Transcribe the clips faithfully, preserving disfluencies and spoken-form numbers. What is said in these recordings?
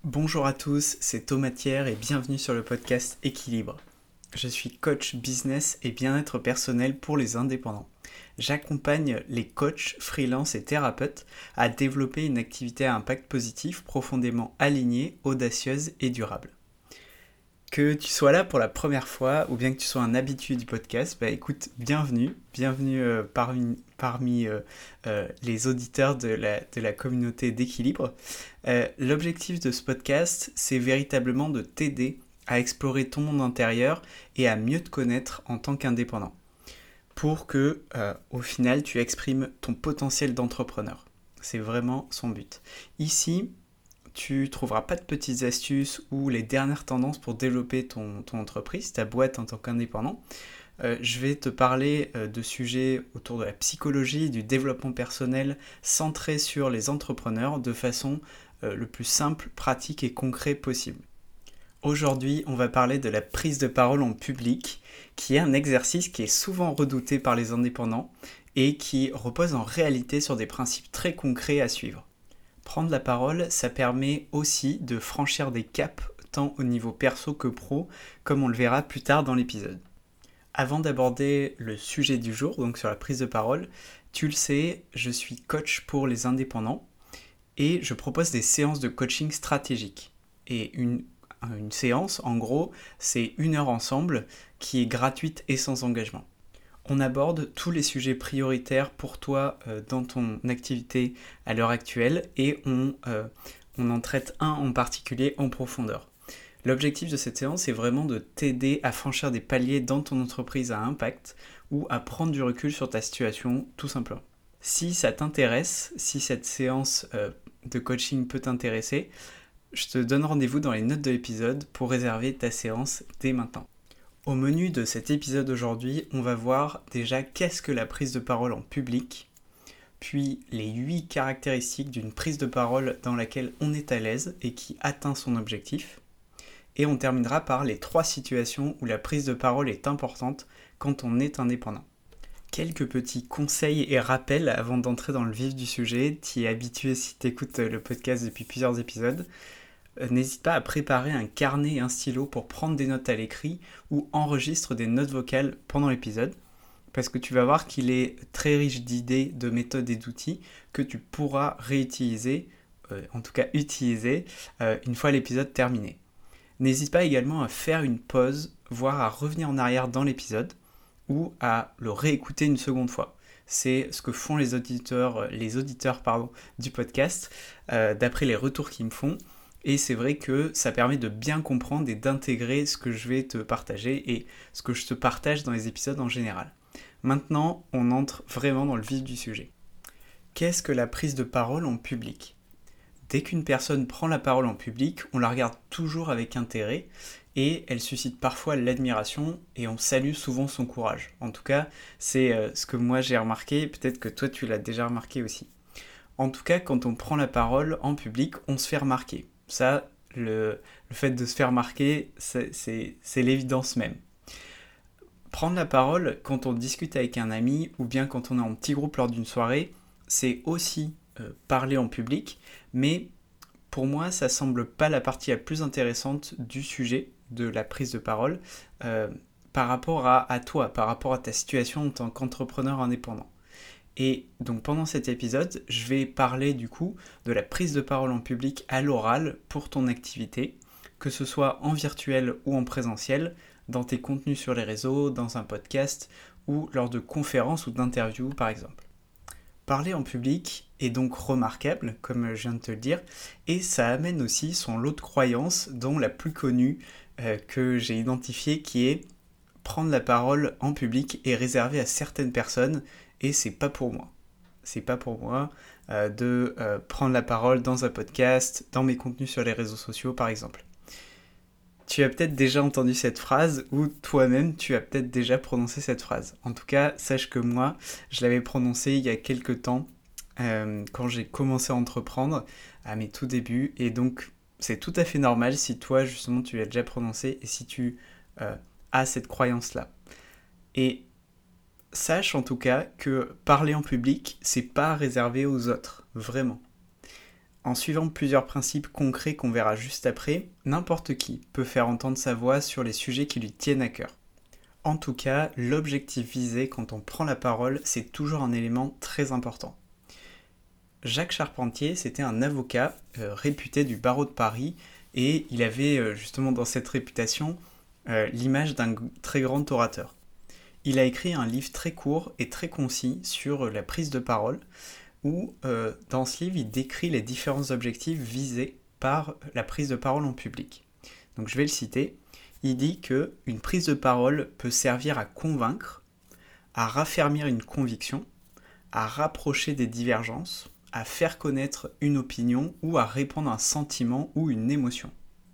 Bonjour à tous, c'est Thomas Thiers et bienvenue sur le podcast Équilibre. Je suis coach business et bien-être personnel pour les indépendants. J'accompagne les coachs, freelance et thérapeutes à développer une activité à impact positif profondément alignée, audacieuse et durable. Que tu sois là pour la première fois ou bien que tu sois un habitué du podcast, bah écoute, bienvenue, bienvenue euh, parmi, parmi euh, euh, les auditeurs de la, de la communauté d'Équilibre. Euh, l'objectif de ce podcast, c'est véritablement de t'aider à explorer ton monde intérieur et à mieux te connaître en tant qu'indépendant, pour que, euh, au final, tu exprimes ton potentiel d'entrepreneur. C'est vraiment son but. Ici, tu trouveras pas de petites astuces ou les dernières tendances pour développer ton, ton entreprise, ta boîte en tant qu'indépendant. Euh, je vais te parler euh, de sujets autour de la psychologie, du développement personnel, centrés sur les entrepreneurs de façon euh, le plus simple, pratique et concret possible. Aujourd'hui, on va parler de la prise de parole en public, qui est un exercice qui est souvent redouté par les indépendants et qui repose en réalité sur des principes très concrets à suivre. Prendre la parole, ça permet aussi de franchir des caps, tant au niveau perso que pro, comme on le verra plus tard dans l'épisode. Avant d'aborder le sujet du jour, donc sur la prise de parole, tu le sais, je suis coach pour les indépendants et je propose des séances de coaching stratégique. Et une, une séance, en gros, c'est une heure ensemble qui est gratuite et sans engagement. On aborde tous les sujets prioritaires pour toi euh, dans ton activité à l'heure actuelle et on, euh, on en traite un en particulier en profondeur. L'objectif de cette séance est vraiment de t'aider à franchir des paliers dans ton entreprise à impact ou à prendre du recul sur ta situation tout simplement. Si ça t'intéresse, si cette séance euh, de coaching peut t'intéresser, je te donne rendez-vous dans les notes de l'épisode pour réserver ta séance dès maintenant. Au menu de cet épisode aujourd'hui, on va voir déjà qu'est-ce que la prise de parole en public, puis les huit caractéristiques d'une prise de parole dans laquelle on est à l'aise et qui atteint son objectif. Et on terminera par les trois situations où la prise de parole est importante quand on est indépendant. Quelques petits conseils et rappels avant d'entrer dans le vif du sujet. Tu es habitué si tu écoutes le podcast depuis plusieurs épisodes. N'hésite pas à préparer un carnet et un stylo pour prendre des notes à l'écrit ou enregistre des notes vocales pendant l'épisode, parce que tu vas voir qu'il est très riche d'idées, de méthodes et d'outils que tu pourras réutiliser, euh, en tout cas utiliser, euh, une fois l'épisode terminé. N'hésite pas également à faire une pause, voire à revenir en arrière dans l'épisode ou à le réécouter une seconde fois. C'est ce que font les auditeurs, les auditeurs pardon, du podcast, euh, d'après les retours qu'ils me font. Et c'est vrai que ça permet de bien comprendre et d'intégrer ce que je vais te partager et ce que je te partage dans les épisodes en général. Maintenant, on entre vraiment dans le vif du sujet. Qu'est-ce que la prise de parole en public ? Dès qu'une personne prend la parole en public, on la regarde toujours avec intérêt et elle suscite parfois l'admiration et on salue souvent son courage. En tout cas, c'est ce que moi j'ai remarqué, peut-être que toi tu l'as déjà remarqué aussi. En tout cas, quand on prend la parole en public, on se fait remarquer. Ça, le, le fait de se faire remarquer, c'est, c'est, c'est l'évidence même. Prendre la parole quand on discute avec un ami ou bien quand on est en petit groupe lors d'une soirée, c'est aussi euh, parler en public, mais pour moi, ça semble pas la partie la plus intéressante du sujet de la prise de parole euh, par rapport à, à toi, par rapport à ta situation en tant qu'entrepreneur indépendant. Et donc pendant cet épisode, je vais parler du coup de la prise de parole en public à l'oral pour ton activité, que ce soit en virtuel ou en présentiel, dans tes contenus sur les réseaux, dans un podcast ou lors de conférences ou d'interviews par exemple. Parler en public est donc remarquable, comme je viens de te le dire, et ça amène aussi son lot de croyances, dont la plus connue euh, que j'ai identifiée qui est prendre la parole en public est réservé à certaines personnes et c'est pas pour moi. C'est pas pour moi euh, de euh, prendre la parole dans un podcast, dans mes contenus sur les réseaux sociaux par exemple. Tu as peut-être déjà entendu cette phrase ou toi-même tu as peut-être déjà prononcé cette phrase. En tout cas, sache que moi, je l'avais prononcée il y a quelques temps euh, quand j'ai commencé à entreprendre à mes tout débuts et donc c'est tout à fait normal si toi justement tu l'as déjà prononcé et si tu euh, as cette croyance-là. Et sache en tout cas que parler en public, c'est pas réservé aux autres, vraiment. En suivant plusieurs principes concrets qu'on verra juste après, n'importe qui peut faire entendre sa voix sur les sujets qui lui tiennent à cœur. En tout cas, l'objectif visé quand on prend la parole, c'est toujours un élément très important. Jacques Charpentier, c'était un avocat euh, réputé du barreau de Paris et il avait euh, justement dans cette réputation euh, l'image d'un g- très grand orateur. Il a écrit un livre très court et très concis sur euh, la prise de parole où euh, dans ce livre il décrit les différents objectifs visés par la prise de parole en public. Donc je vais le citer. Il dit que une prise de parole peut servir à convaincre, à raffermir une conviction, à rapprocher des divergences, à faire connaître une opinion ou à répandre un sentiment ou une émotion.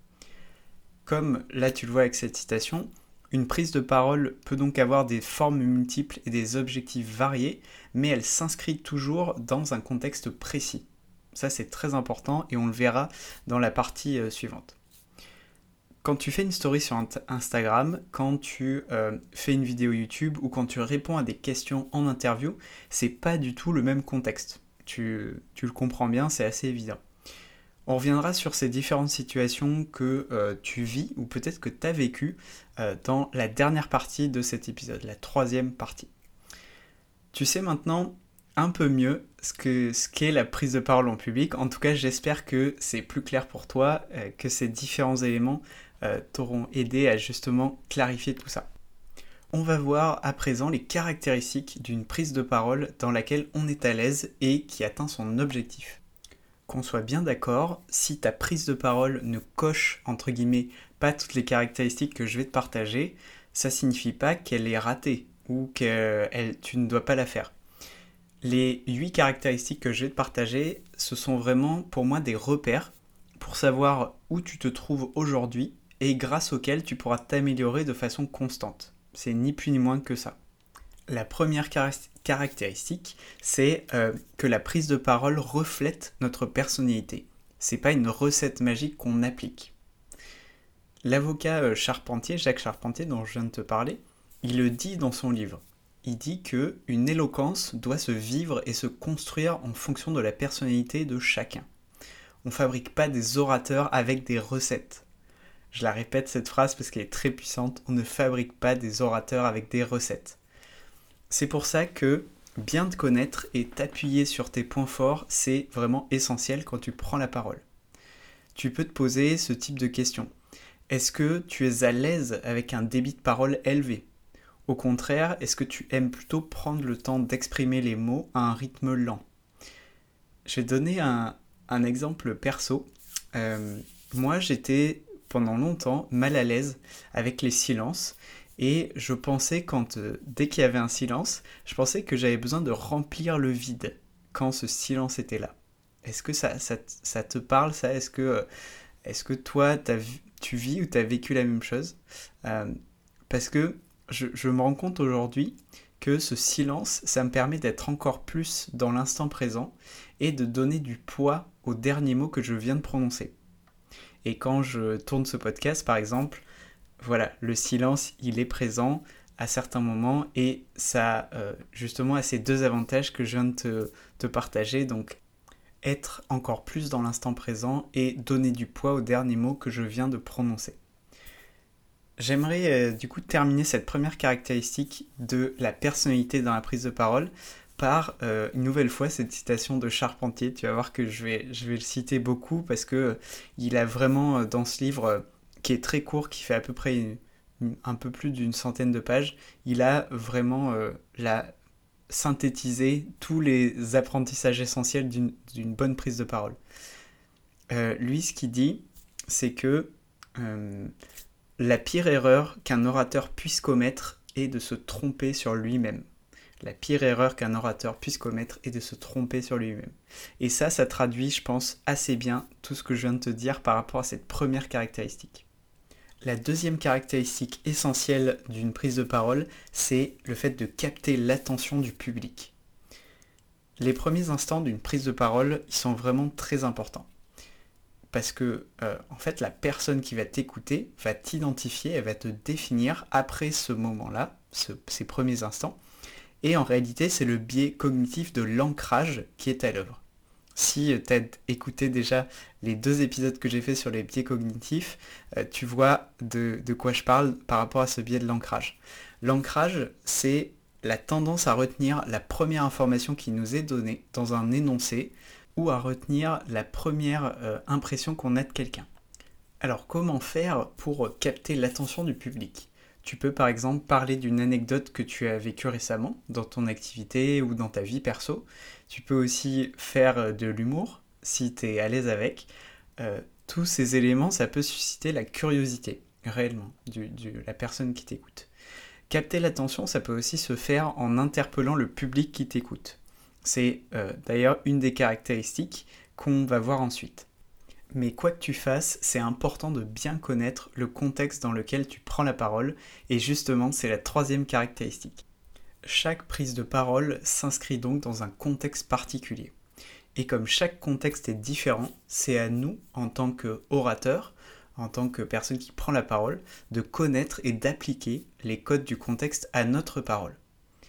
Comme là tu le vois avec cette citation, une prise de parole peut donc avoir des formes multiples et des objectifs variés, mais elle s'inscrit toujours dans un contexte précis. Ça c'est très important et on le verra dans la partie euh, suivante. Quand tu fais une story sur Instagram, quand tu euh, fais une vidéo YouTube ou quand tu réponds à des questions en interview, c'est pas du tout le même contexte. Tu, tu le comprends bien, c'est assez évident. On reviendra sur ces différentes situations que euh, tu vis ou peut-être que tu as vécues euh, dans la dernière partie de cet épisode, la troisième partie. Tu sais maintenant un peu mieux ce, que, ce qu'est la prise de parole en public. En tout cas, j'espère que c'est plus clair pour toi, euh, que ces différents éléments euh, t'auront aidé à justement clarifier tout ça. On va voir à présent les caractéristiques d'une prise de parole dans laquelle on est à l'aise et qui atteint son objectif. Qu'on soit bien d'accord, si ta prise de parole ne coche, entre guillemets, pas toutes les caractéristiques que je vais te partager, ça signifie pas qu'elle est ratée ou que elle, tu ne dois pas la faire. Les huit caractéristiques que je vais te partager, ce sont vraiment pour moi des repères pour savoir où tu te trouves aujourd'hui et grâce auxquels tu pourras t'améliorer de façon constante. C'est ni plus ni moins que ça. La première caractéristique, c'est euh, que la prise de parole reflète notre personnalité. C'est pas une recette magique qu'on applique. L'avocat Charpentier, Jacques Charpentier, dont je viens de te parler, il le dit dans son livre. Il dit que une éloquence doit se vivre et se construire en fonction de la personnalité de chacun. On ne fabrique pas des orateurs avec des recettes. Je la répète cette phrase parce qu'elle est très puissante. On ne fabrique pas des orateurs avec des recettes. C'est pour ça que bien te connaître et t'appuyer sur tes points forts, c'est vraiment essentiel quand tu prends la parole. Tu peux te poser ce type de questions. Est-ce que tu es à l'aise avec un débit de parole élevé ? Au contraire, est-ce que tu aimes plutôt prendre le temps d'exprimer les mots à un rythme lent ? Je vais donner un, un exemple perso. Euh, moi, j'étais pendant longtemps mal à l'aise avec les silences et je pensais quand, euh, dès qu'il y avait un silence, je pensais que j'avais besoin de remplir le vide quand ce silence était là. Est-ce que ça, ça, ça te parle ça ? Est-ce que, euh, est-ce que toi, t'as, tu vis ou tu as vécu la même chose ? euh, Parce que je, je me rends compte aujourd'hui que ce silence, ça me permet d'être encore plus dans l'instant présent et de donner du poids aux derniers mots que je viens de prononcer. Et quand je tourne ce podcast, par exemple, voilà, le silence, il est présent à certains moments et ça, euh, justement, a ces deux avantages que je viens de te, te partager. Donc, être encore plus dans l'instant présent et donner du poids aux derniers mots que je viens de prononcer. J'aimerais euh, du coup terminer cette première caractéristique de la personnalité dans la prise de parole par euh, une nouvelle fois cette citation de Charpentier. Tu vas voir que je vais, je vais le citer beaucoup parce que euh, il a vraiment euh, dans ce livre euh, qui est très court, qui fait à peu près une, une, un peu plus d'une centaine de pages, il a vraiment euh, la, synthétisé tous les apprentissages essentiels d'une, d'une bonne prise de parole. Euh, lui, ce qu'il dit, c'est que euh, la pire erreur qu'un orateur puisse commettre est de se tromper sur lui-même. La pire erreur qu'un orateur puisse commettre est de se tromper sur lui-même. Et ça, ça traduit, je pense, assez bien tout ce que je viens de te dire par rapport à cette première caractéristique. La deuxième caractéristique essentielle d'une prise de parole, c'est le fait de capter l'attention du public. Les premiers instants d'une prise de parole, ils sont vraiment très importants. Parce que, euh, en fait, la personne qui va t'écouter va t'identifier, elle va te définir après ce moment-là, ce, ces premiers instants. Et en réalité, c'est le biais cognitif de l'ancrage qui est à l'œuvre. Si tu as écouté déjà les deux épisodes que j'ai fait sur les biais cognitifs, euh, tu vois de, de quoi je parle par rapport à ce biais de l'ancrage. L'ancrage, c'est la tendance à retenir la première information qui nous est donnée dans un énoncé ou à retenir la première euh, impression qu'on a de quelqu'un. Alors comment faire pour capter l'attention du public ? Tu peux par exemple parler d'une anecdote que tu as vécue récemment dans ton activité ou dans ta vie perso. Tu peux aussi faire de l'humour si tu es à l'aise avec. Euh, tous ces éléments, ça peut susciter la curiosité réellement de la personne qui t'écoute. Capter l'attention, ça peut aussi se faire en interpellant le public qui t'écoute. C'est euh, d'ailleurs une des caractéristiques qu'on va voir ensuite. Mais quoi que tu fasses, c'est important de bien connaître le contexte dans lequel tu prends la parole, et justement, c'est la troisième caractéristique. Chaque prise de parole s'inscrit donc dans un contexte particulier. Et comme chaque contexte est différent, c'est à nous, en tant qu'orateur, en tant que personne qui prend la parole, de connaître et d'appliquer les codes du contexte à notre parole.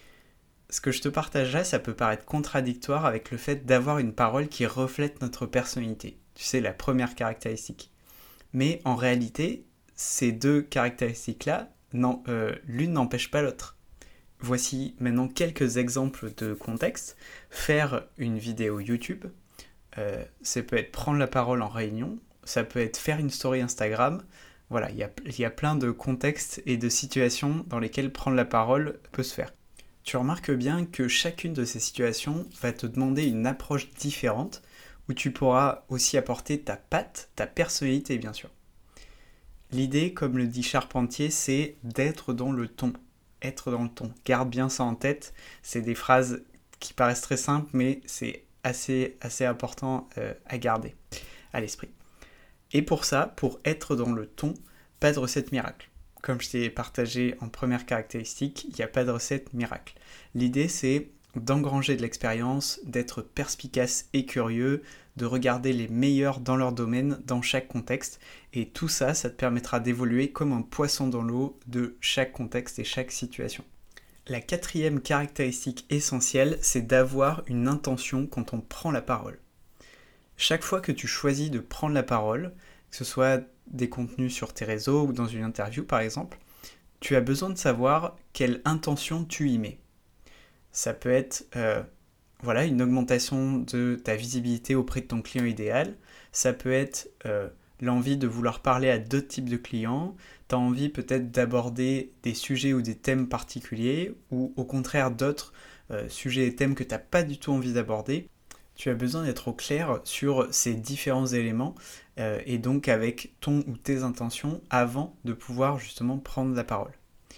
Ce que je te partage là, ça peut paraître contradictoire avec le fait d'avoir une parole qui reflète notre personnalité. Tu sais, la première caractéristique. Mais en réalité, ces deux caractéristiques-là, non, euh, l'une n'empêche pas l'autre. Voici maintenant quelques exemples de contexte. Faire une vidéo YouTube, euh, ça peut être prendre la parole en réunion, ça peut être faire une story Instagram. Voilà, il y a, y a plein de contextes et de situations dans lesquelles prendre la parole peut se faire. Tu remarques bien que chacune de ces situations va te demander une approche différente, où tu pourras aussi apporter ta patte, ta personnalité bien sûr. L'idée, comme le dit Charpentier, c'est d'être dans le ton. Être dans le ton. Garde bien ça en tête. C'est des phrases qui paraissent très simples, mais c'est assez, assez important euh, à garder à l'esprit. Et pour ça, pour être dans le ton, pas de recette miracle. Comme je t'ai partagé en première caractéristique, il n'y a pas de recette miracle. L'idée, c'est d'engranger de l'expérience, d'être perspicace et curieux, de regarder les meilleurs dans leur domaine, dans chaque contexte. Et tout ça, ça te permettra d'évoluer comme un poisson dans l'eau de chaque contexte et chaque situation. La quatrième caractéristique essentielle, c'est d'avoir une intention quand on prend la parole. Chaque fois que tu choisis de prendre la parole, que ce soit des contenus sur tes réseaux ou dans une interview par exemple, tu as besoin de savoir quelle intention tu y mets. Ça peut être euh, voilà, une augmentation de ta visibilité auprès de ton client idéal. Ça peut être euh, l'envie de vouloir parler à d'autres types de clients. Tu as envie peut-être d'aborder des sujets ou des thèmes particuliers ou au contraire d'autres euh, sujets et thèmes que tu n'as pas du tout envie d'aborder. Tu as besoin d'être au clair sur ces différents éléments euh, et donc avec ton ou tes intentions avant de pouvoir justement prendre la parole.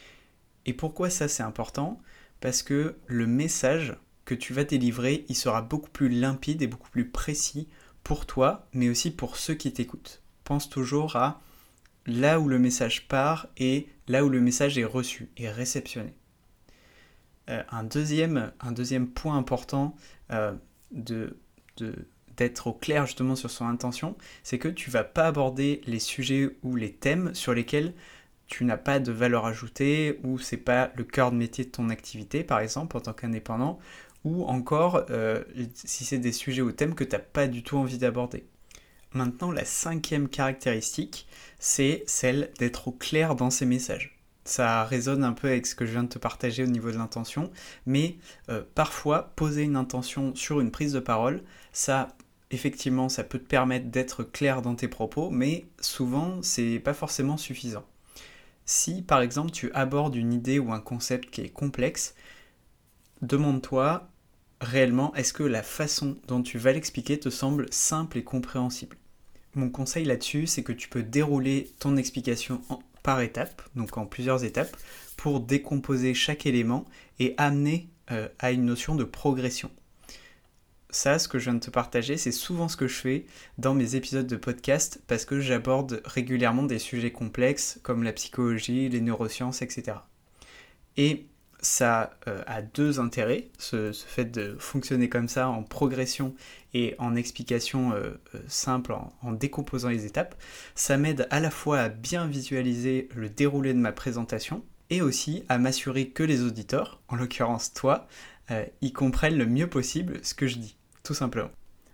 Et pourquoi ça c'est important ? Parce que le message que tu vas délivrer, il sera beaucoup plus limpide et beaucoup plus précis pour toi, mais aussi pour ceux qui t'écoutent. Pense toujours à là où le message part et là où le message est reçu et réceptionné. Euh, un, deuxième, un deuxième point important euh, de, de, d'être au clair justement sur son intention, c'est que tu ne vas pas aborder les sujets ou les thèmes sur lesquels tu n'as pas de valeur ajoutée ou c'est pas le cœur de métier de ton activité par exemple en tant qu'indépendant, ou encore euh, si c'est des sujets ou thèmes que tu n'as pas du tout envie d'aborder. Maintenant, la cinquième caractéristique, c'est celle d'être au clair dans ses messages. Ça résonne un peu avec ce que je viens de te partager au niveau de l'intention, mais euh, parfois, poser une intention sur une prise de parole, ça, effectivement, ça peut te permettre d'être clair dans tes propos, mais souvent, c'est pas forcément suffisant. Si, par exemple, tu abordes une idée ou un concept qui est complexe, demande-toi réellement, est-ce que la façon dont tu vas l'expliquer te semble simple et compréhensible ? Mon conseil là-dessus, c'est que tu peux dérouler ton explication en, par étapes, donc en plusieurs étapes, pour décomposer chaque élément et amener euh, à une notion de progression. Ça, ce que je viens de te partager, c'est souvent ce que je fais dans mes épisodes de podcast parce que j'aborde régulièrement des sujets complexes comme la psychologie, les neurosciences, et cetera. Et ça euh, a deux intérêts, ce, ce fait de fonctionner comme ça en progression et en explication euh, euh, simple, en, en décomposant les étapes. Ça m'aide à la fois à bien visualiser le déroulé de ma présentation et aussi à m'assurer que les auditeurs, en l'occurrence toi, euh, y comprennent le mieux possible ce que je dis, tout simplement.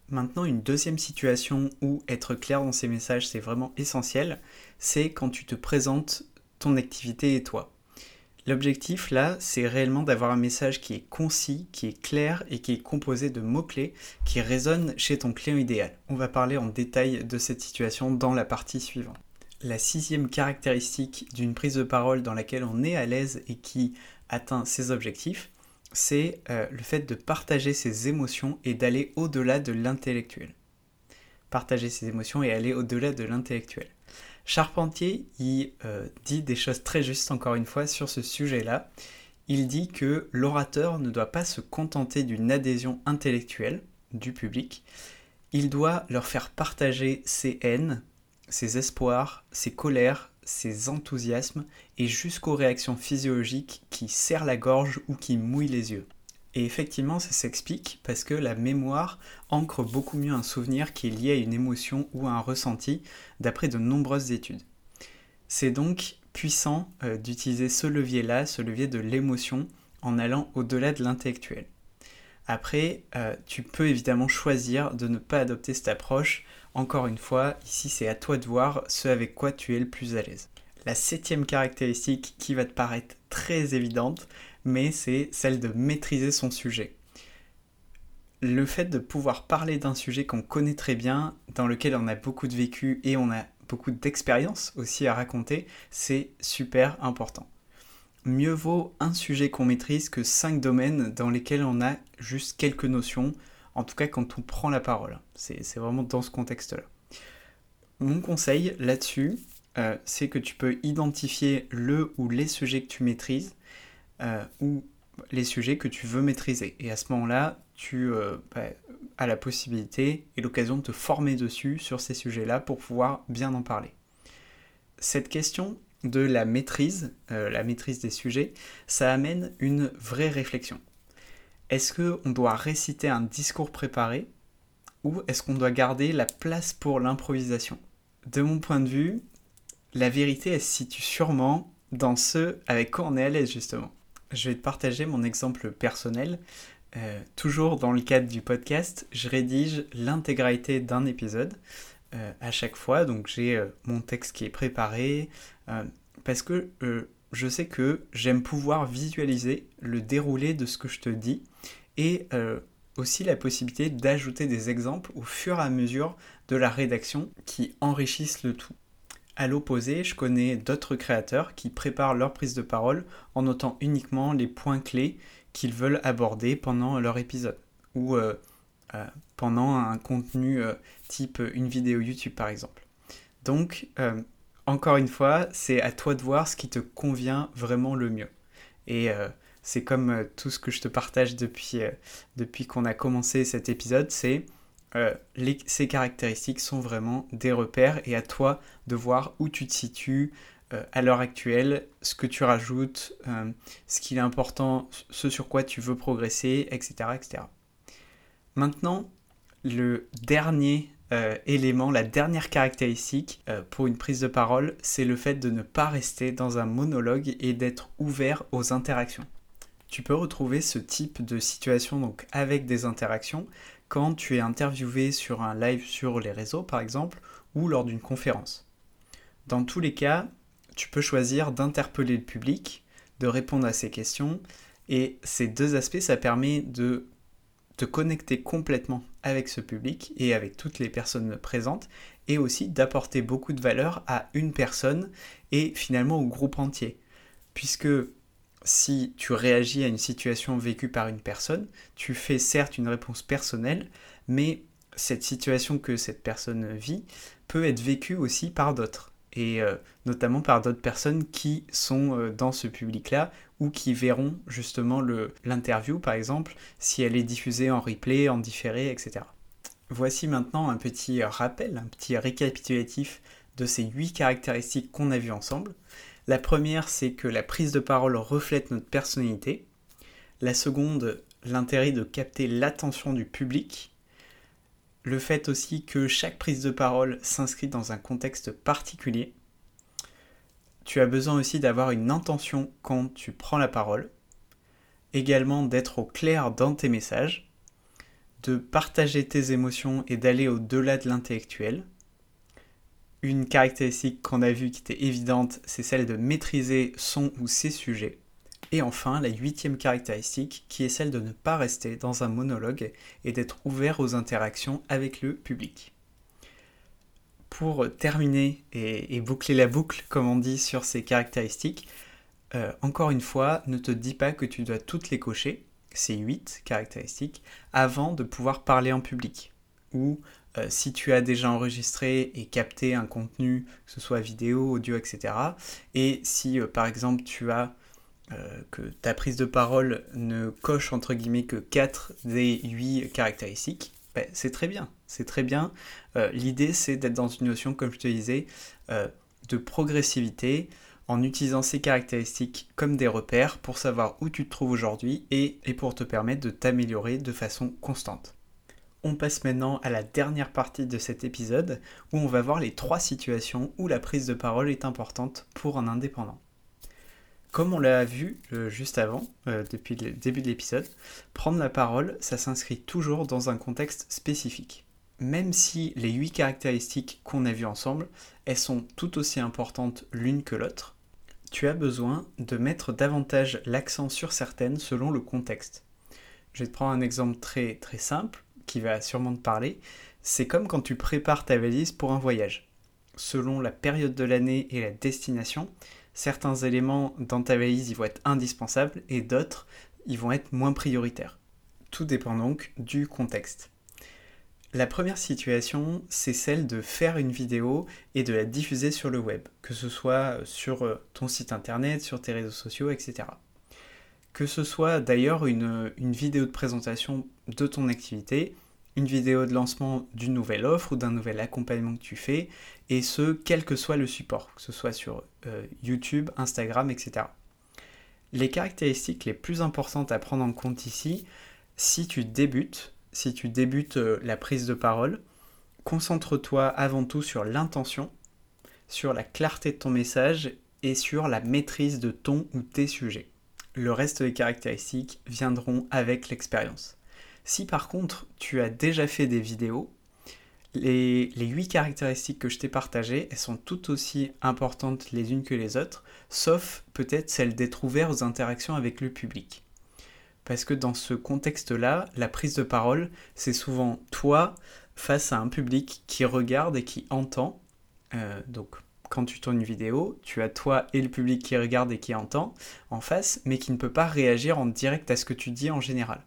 Maintenant, une deuxième situation où être clair dans ses messages, c'est vraiment essentiel, c'est quand tu te présentes ton activité et toi. L'objectif là, c'est réellement d'avoir un message qui est concis, qui est clair et qui est composé de mots-clés qui résonnent chez ton client idéal. On va parler en détail de cette situation dans la partie suivante. La sixième caractéristique d'une prise de parole dans laquelle on est à l'aise et qui atteint ses objectifs, c'est euh, le fait de partager ses émotions et d'aller au-delà de l'intellectuel. Partager ses émotions et aller au-delà de l'intellectuel. Charpentier, il euh, dit des choses très justes, encore une fois, sur ce sujet-là. Il dit que l'orateur ne doit pas se contenter d'une adhésion intellectuelle du public. Il doit leur faire partager ses haines, ses espoirs, ses colères, ses enthousiasmes et jusqu'aux réactions physiologiques qui serrent la gorge ou qui mouillent les yeux. Et effectivement, ça s'explique parce que la mémoire ancre beaucoup mieux un souvenir qui est lié à une émotion ou à un ressenti, d'après de nombreuses études. C'est donc puissant euh, d'utiliser ce levier-là, ce levier de l'émotion, en allant au-delà de l'intellectuel. Après, euh, tu peux évidemment choisir de ne pas adopter cette approche. Encore une fois, ici c'est à toi de voir ce avec quoi tu es le plus à l'aise. La septième caractéristique qui va te paraître très évidente, mais c'est celle de maîtriser son sujet. Le fait de pouvoir parler d'un sujet qu'on connaît très bien, dans lequel on a beaucoup de vécu et on a beaucoup d'expérience aussi à raconter, c'est super important. Mieux vaut un sujet qu'on maîtrise que cinq domaines dans lesquels on a juste quelques notions, en tout cas quand on prend la parole. C'est, c'est vraiment dans ce contexte-là. Mon conseil là-dessus, euh, c'est que tu peux identifier le ou les sujets que tu maîtrises, Euh, ou les sujets que tu veux maîtriser. Et à ce moment-là, tu euh, bah, as la possibilité et l'occasion de te former dessus sur ces sujets-là pour pouvoir bien en parler. Cette question de la maîtrise, euh, la maîtrise des sujets, ça amène une vraie réflexion. Est-ce qu'on doit réciter un discours préparé ou est-ce qu'on doit garder la place pour l'improvisation ? De mon point de vue, la vérité, elle se situe sûrement dans ce avec quoi on est à l'aise justement. Je vais te partager mon exemple personnel. Euh, toujours dans le cadre du podcast, je rédige l'intégralité d'un épisode euh, à chaque fois. Donc j'ai euh, mon texte qui est préparé euh, parce que euh, je sais que j'aime pouvoir visualiser le déroulé de ce que je te dis et euh, aussi la possibilité d'ajouter des exemples au fur et à mesure de la rédaction qui enrichissent le tout. À l'opposé, je connais d'autres créateurs qui préparent leur prise de parole en notant uniquement les points clés qu'ils veulent aborder pendant leur épisode ou euh, euh, pendant un contenu euh, type une vidéo YouTube par exemple. Donc, euh, encore une fois, c'est à toi de voir ce qui te convient vraiment le mieux. Et euh, c'est comme euh, tout ce que je te partage depuis, euh, depuis qu'on a commencé cet épisode, c'est Euh, les, ces caractéristiques sont vraiment des repères et à toi de voir où tu te situes euh, à l'heure actuelle, ce que tu rajoutes, euh, ce qui est important, ce sur quoi tu veux progresser, et cetera et cetera. Maintenant, le dernier euh, élément, la dernière caractéristique euh, pour une prise de parole, c'est le fait de ne pas rester dans un monologue et d'être ouvert aux interactions. Tu peux retrouver ce type de situation donc avec des interactions quand tu es interviewé sur un live sur les réseaux par exemple ou lors d'une conférence. Dans tous les cas, tu peux choisir d'interpeller le public, de répondre à ses questions et ces deux aspects, ça permet de te connecter complètement avec ce public et avec toutes les personnes présentes et aussi d'apporter beaucoup de valeur à une personne et finalement au groupe entier. Puisque si tu réagis à une situation vécue par une personne, tu fais certes une réponse personnelle, mais cette situation que cette personne vit peut être vécue aussi par d'autres, et euh, notamment par d'autres personnes qui sont euh, dans ce public-là ou qui verront justement le, l'interview, par exemple, si elle est diffusée en replay, en différé, et cetera. Voici maintenant un petit rappel, un petit récapitulatif de ces huit caractéristiques qu'on a vues ensemble. La première, c'est que la prise de parole reflète notre personnalité. La seconde, l'intérêt de capter l'attention du public. Le fait aussi que chaque prise de parole s'inscrit dans un contexte particulier. Tu as besoin aussi d'avoir une intention quand tu prends la parole. Également d'être au clair dans tes messages. de partager tes émotions et d'aller au-delà de l'intellectuel. Une caractéristique qu'on a vue qui était évidente, c'est celle de maîtriser son ou ses sujets. Et enfin, la huitième caractéristique, qui est celle de ne pas rester dans un monologue et d'être ouvert aux interactions avec le public. Pour terminer et, et boucler la boucle, comme on dit sur ces caractéristiques, euh, encore une fois, ne te dis pas que tu dois toutes les cocher, ces huit caractéristiques, avant de pouvoir parler en public. Ou euh, si tu as déjà enregistré et capté un contenu, que ce soit vidéo, audio, et cetera, et si euh, par exemple tu as euh, que ta prise de parole ne coche entre guillemets que quatre des huit caractéristiques, ben, c'est très bien, c'est très bien. Euh, l'idée c'est d'être dans une notion, comme je te disais, euh, de progressivité, en utilisant ces caractéristiques comme des repères pour savoir où tu te trouves aujourd'hui et, et pour te permettre de t'améliorer de façon constante. On passe maintenant à la dernière partie de cet épisode où on va voir les trois situations où la prise de parole est importante pour un indépendant. Comme on l'a vu euh, juste avant, euh, depuis le début de l'épisode, prendre la parole, ça s'inscrit toujours dans un contexte spécifique. Même si les huit caractéristiques qu'on a vues ensemble, elles sont tout aussi importantes l'une que l'autre, tu as besoin de mettre davantage l'accent sur certaines selon le contexte. Je vais te prendre un exemple très, très simple, qui va sûrement te parler. C'est comme quand tu prépares ta valise pour un voyage. Selon la période de l'année et la destination, certains éléments dans ta valise ils vont être indispensables et d'autres ils vont être moins prioritaires. Tout dépend donc du contexte. La première situation, c'est celle de faire une vidéo et de la diffuser sur le web, que ce soit sur ton site internet, sur tes réseaux sociaux, et cetera. Que ce soit d'ailleurs une, une vidéo de présentation de ton activité, une vidéo de lancement d'une nouvelle offre ou d'un nouvel accompagnement que tu fais, et ce, quel que soit le support, que ce soit sur euh, YouTube, Instagram, et cetera. Les caractéristiques les plus importantes à prendre en compte ici, si tu débutes, si tu débutes euh, la prise de parole, concentre-toi avant tout sur l'intention, sur la clarté de ton message et sur la maîtrise de ton ou tes sujets. Le reste des caractéristiques viendront avec l'expérience. Si par contre tu as déjà fait des vidéos, les, les huit caractéristiques que je t'ai partagées, elles sont tout aussi importantes les unes que les autres, sauf peut-être celle d'être ouvert aux interactions avec le public. Parce que dans ce contexte-là, la prise de parole, c'est souvent toi face à un public qui regarde et qui entend. Euh, donc, quand tu tournes une vidéo, tu as toi et le public qui regarde et qui entend en face, mais qui ne peut pas réagir en direct à ce que tu dis en général.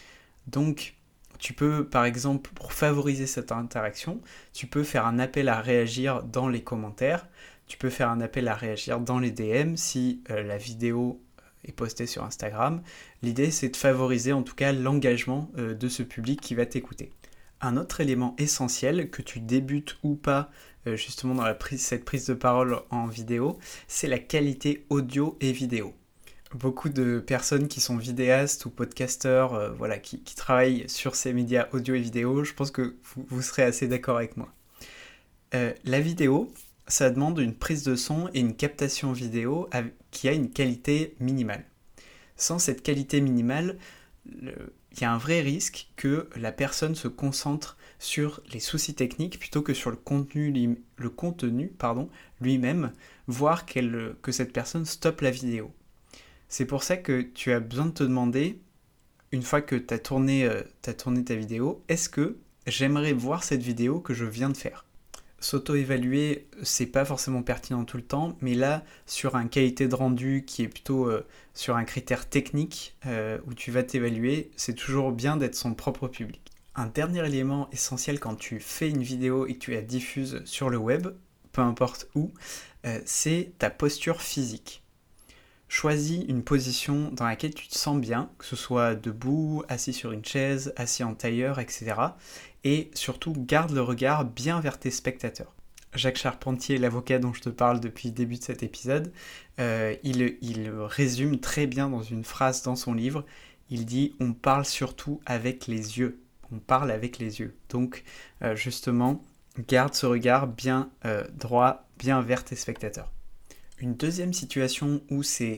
Donc, tu peux, par exemple, pour favoriser cette interaction, tu peux faire un appel à réagir dans les commentaires, tu peux faire un appel à réagir dans les D M si euh, la vidéo est postée sur Instagram. L'idée, c'est de favoriser en tout cas l'engagement euh, de ce public qui va t'écouter. Un autre élément essentiel, que tu débutes ou pas euh, justement dans la prise, cette prise de parole en vidéo, c'est la qualité audio et vidéo. Beaucoup de personnes qui sont vidéastes ou podcasteurs, euh, voilà, qui, qui travaillent sur ces médias audio et vidéo, je pense que vous, vous serez assez d'accord avec moi. Euh, la vidéo, ça demande une prise de son et une captation vidéo qui a une qualité minimale. Sans cette qualité minimale, le, il y a un vrai risque que la personne se concentre sur les soucis techniques plutôt que sur le contenu, le contenu pardon, lui-même, voire qu'elle, que cette personne stoppe la vidéo. C'est pour ça que tu as besoin de te demander, une fois que tu as tourné, euh, t'as tourné ta vidéo, est-ce que j'aimerais voir cette vidéo que je viens de faire ? S'auto-évaluer, c'est pas forcément pertinent tout le temps, mais là, sur une qualité de rendu qui est plutôt euh, sur un critère technique euh, où tu vas t'évaluer, c'est toujours bien d'être son propre public. Un dernier élément essentiel quand tu fais une vidéo et que tu la diffuses sur le web, peu importe où, euh, c'est ta posture physique. Choisis une position dans laquelle tu te sens bien, que ce soit debout, assis sur une chaise, assis en tailleur, et cetera. Et surtout, garde le regard bien vers tes spectateurs. Jacques Charpentier, l'avocat dont je te parle depuis le début de cet épisode, euh, il, il résume très bien dans une phrase dans son livre. Il dit « On parle surtout avec les yeux ». On parle avec les yeux. Donc, euh, justement, garde ce regard bien euh, droit, bien vers tes spectateurs. Une deuxième situation où c'est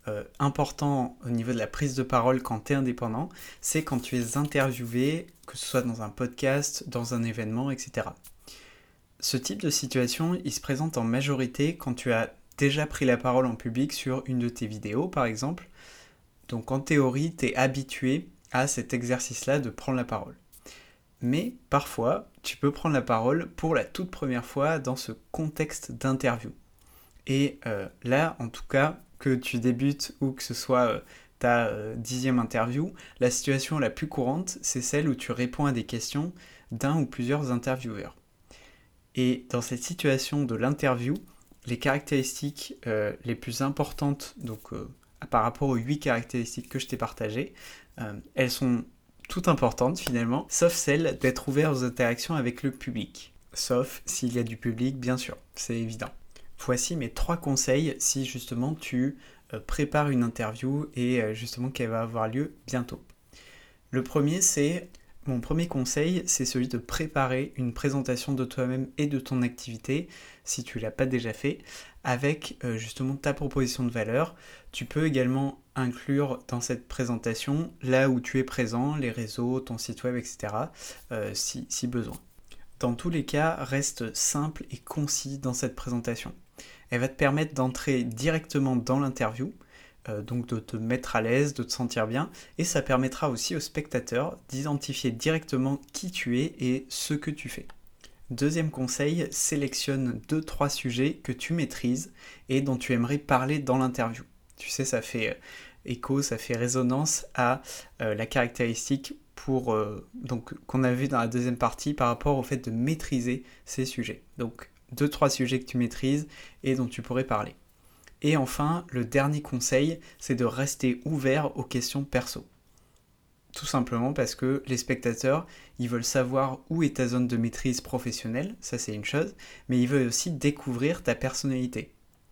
euh, important au niveau de la prise de parole quand tu es indépendant, c'est quand tu es interviewé, que ce soit dans un podcast, dans un événement, et cetera. Ce type de situation, il se présente en majorité quand tu as déjà pris la parole en public sur une de tes vidéos, par exemple. Donc en théorie, tu es habitué à cet exercice-là de prendre la parole. Mais parfois, tu peux prendre la parole pour la toute première fois dans ce contexte d'interview. Et euh, là, en tout cas, que tu débutes ou que ce soit euh, ta euh, dixième interview, la situation la plus courante, c'est celle où tu réponds à des questions d'un ou plusieurs intervieweurs. Et dans cette situation de l'interview, les caractéristiques euh, les plus importantes, donc euh, par rapport aux huit caractéristiques que je t'ai partagées, euh, elles sont toutes importantes finalement, sauf celle d'être ouvert aux interactions avec le public. Sauf s'il y a du public, bien sûr, c'est évident. Voici mes trois conseils si justement tu euh, prépares une interview et euh, justement qu'elle va avoir lieu bientôt. Le premier, c'est, mon premier conseil, c'est celui de préparer une présentation de toi-même et de ton activité, si tu ne l'as pas déjà fait, avec euh, justement ta proposition de valeur. Tu peux également inclure dans cette présentation là où tu es présent, les réseaux, ton site web, et cetera, euh, si, si besoin. Dans tous les cas, reste simple et concis dans cette présentation. Elle va te permettre d'entrer directement dans l'interview, euh, donc de te mettre à l'aise, de te sentir bien, et ça permettra aussi aux spectateurs d'identifier directement qui tu es et ce que tu fais. Deuxième conseil, sélectionne deux trois sujets que tu maîtrises et dont tu aimerais parler dans l'interview. Tu sais, ça fait écho, ça fait résonance à euh, la caractéristique pour, euh, donc, qu'on a vu dans la deuxième partie par rapport au fait de maîtriser ces sujets. Donc, deux trois sujets que tu maîtrises et dont tu pourrais parler. Et enfin, le dernier conseil, c'est de rester ouvert aux questions perso. Tout simplement parce que les spectateurs, ils veulent savoir où est ta zone de maîtrise professionnelle, ça c'est une chose, mais ils veulent aussi découvrir ta personnalité.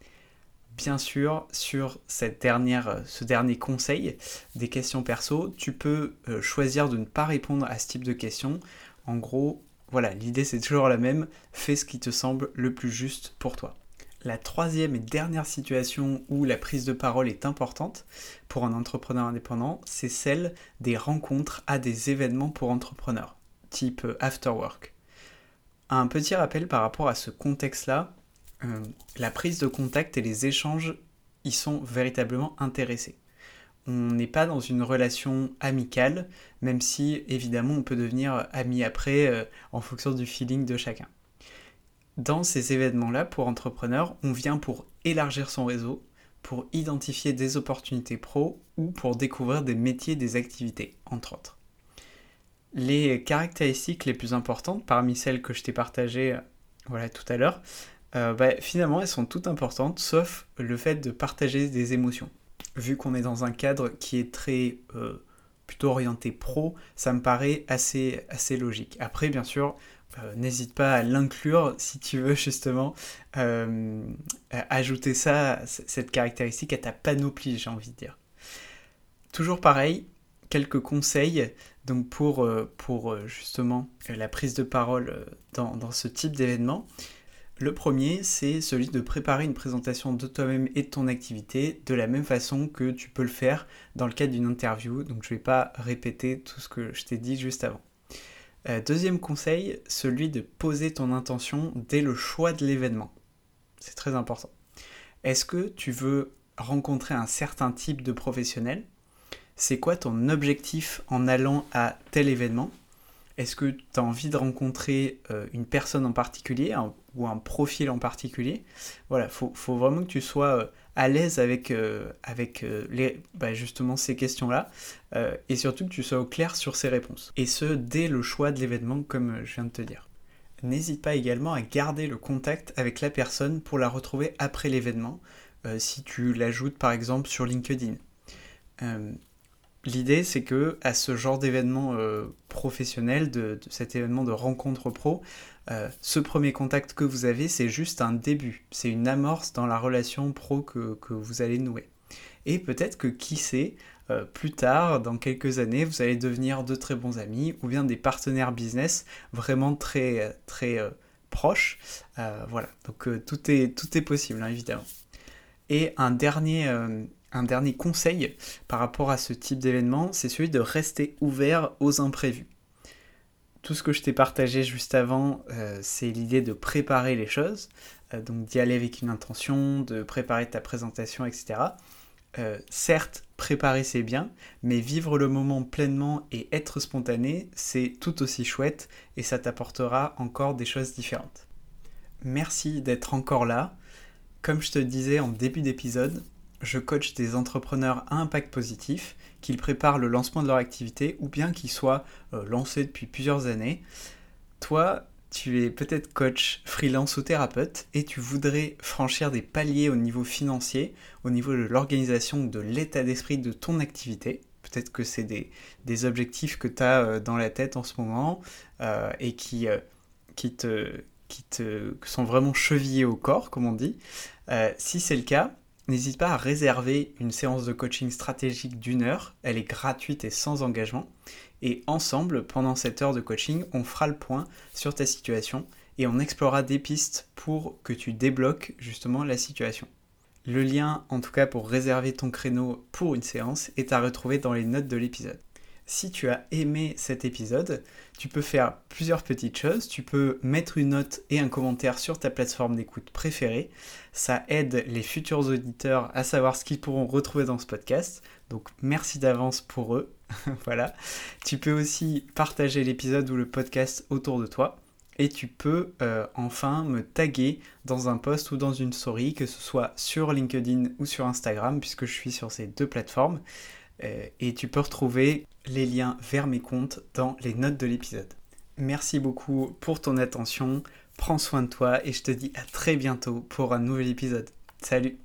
Bien sûr, sur cette dernière, ce dernier conseil des questions perso, tu peux euh, choisir de ne pas répondre à ce type de questions. En gros, voilà, l'idée c'est toujours la même, fais ce qui te semble le plus juste pour toi. La troisième et dernière situation où la prise de parole est importante pour un entrepreneur indépendant, c'est celle des rencontres à des événements pour entrepreneurs, type after work. Un petit rappel par rapport à ce contexte-là, euh, la prise de contact et les échanges y sont véritablement intéressés. On n'est pas dans une relation amicale, même si évidemment on peut devenir ami après euh, en fonction du feeling de chacun. Dans ces événements-là, pour entrepreneurs, on vient pour élargir son réseau, pour identifier des opportunités pro ou pour découvrir des métiers, des activités, entre autres. Les caractéristiques les plus importantes, parmi celles que je t'ai partagées voilà, tout à l'heure, euh, bah, finalement elles sont toutes importantes, sauf le fait de partager des émotions. Vu qu'on est dans un cadre qui est très euh, plutôt orienté pro, ça me paraît assez, assez logique. Après, bien sûr, Euh, n'hésite pas à l'inclure si tu veux justement euh, ajouter ça, cette caractéristique à ta panoplie, j'ai envie de dire. Toujours pareil, quelques conseils donc pour, pour justement la prise de parole dans, dans ce type d'événement. Le premier, c'est celui de préparer une présentation de toi-même et de ton activité de la même façon que tu peux le faire dans le cadre d'une interview. Donc je ne vais pas répéter tout ce que je t'ai dit juste avant. Euh, deuxième conseil, celui de poser ton intention dès le choix de l'événement. C'est très important. Est-ce que tu veux rencontrer un certain type de professionnel ? C'est quoi ton objectif en allant à tel événement ? Est-ce que tu as envie de rencontrer euh, une personne en particulier un, ou un profil en particulier ? Voilà, il faut, faut vraiment que tu sois euh, à l'aise avec, euh, avec euh, les, bah justement ces questions-là euh, et surtout que tu sois au clair sur ces réponses. Et ce, dès le choix de l'événement, comme je viens de te dire. N'hésite pas également à garder le contact avec la personne pour la retrouver après l'événement, euh, si tu l'ajoutes par exemple sur LinkedIn. Euh, L'idée, c'est que à ce genre d'événement euh, professionnel, de, de cet événement de rencontre pro, euh, ce premier contact que vous avez, c'est juste un début. C'est une amorce dans la relation pro que, que vous allez nouer. Et peut-être que, qui sait, euh, plus tard, dans quelques années, vous allez devenir de très bons amis ou bien des partenaires business vraiment très, très euh, proches. Euh, voilà, donc euh, tout est, tout est possible, hein, évidemment. Et un dernier... Euh, Un dernier conseil par rapport à ce type d'événement, c'est celui de rester ouvert aux imprévus. Tout ce que je t'ai partagé juste avant, euh, c'est l'idée de préparer les choses, euh, donc d'y aller avec une intention, de préparer ta présentation, et cetera. Euh, certes, préparer c'est bien, mais vivre le moment pleinement et être spontané, c'est tout aussi chouette et ça t'apportera encore des choses différentes. Merci d'être encore là. Comme je te le disais en début d'épisode, je coach des entrepreneurs à impact positif, qu'ils préparent le lancement de leur activité ou bien qu'ils soient euh, lancés depuis plusieurs années. Toi, tu es peut-être coach, freelance ou thérapeute et tu voudrais franchir des paliers au niveau financier, au niveau de l'organisation, de l'état d'esprit de ton activité. Peut-être que c'est des, des objectifs que tu as euh, dans la tête en ce moment euh, et qui, euh, qui, te, qui te sont vraiment chevillés au corps, comme on dit. Euh, si c'est le cas, n'hésite pas à réserver une séance de coaching stratégique d'une heure. Elle est gratuite et sans engagement. Et ensemble, pendant cette heure de coaching, on fera le point sur ta situation et on explorera des pistes pour que tu débloques justement la situation. Le lien, en tout cas pour réserver ton créneau pour une séance, est à retrouver dans les notes de l'épisode. Si tu as aimé cet épisode, tu peux faire plusieurs petites choses. Tu peux mettre une note et un commentaire sur ta plateforme d'écoute préférée. Ça aide les futurs auditeurs à savoir ce qu'ils pourront retrouver dans ce podcast. Donc merci d'avance pour eux. Voilà. Tu peux aussi partager l'épisode ou le podcast autour de toi. Et tu peux euh, enfin me taguer dans un post ou dans une story, que ce soit sur LinkedIn ou sur Instagram, puisque je suis sur ces deux plateformes. Euh, et tu peux retrouver les liens vers mes comptes dans les notes de l'épisode. Merci beaucoup pour ton attention, prends soin de toi et je te dis à très bientôt pour un nouvel épisode. Salut!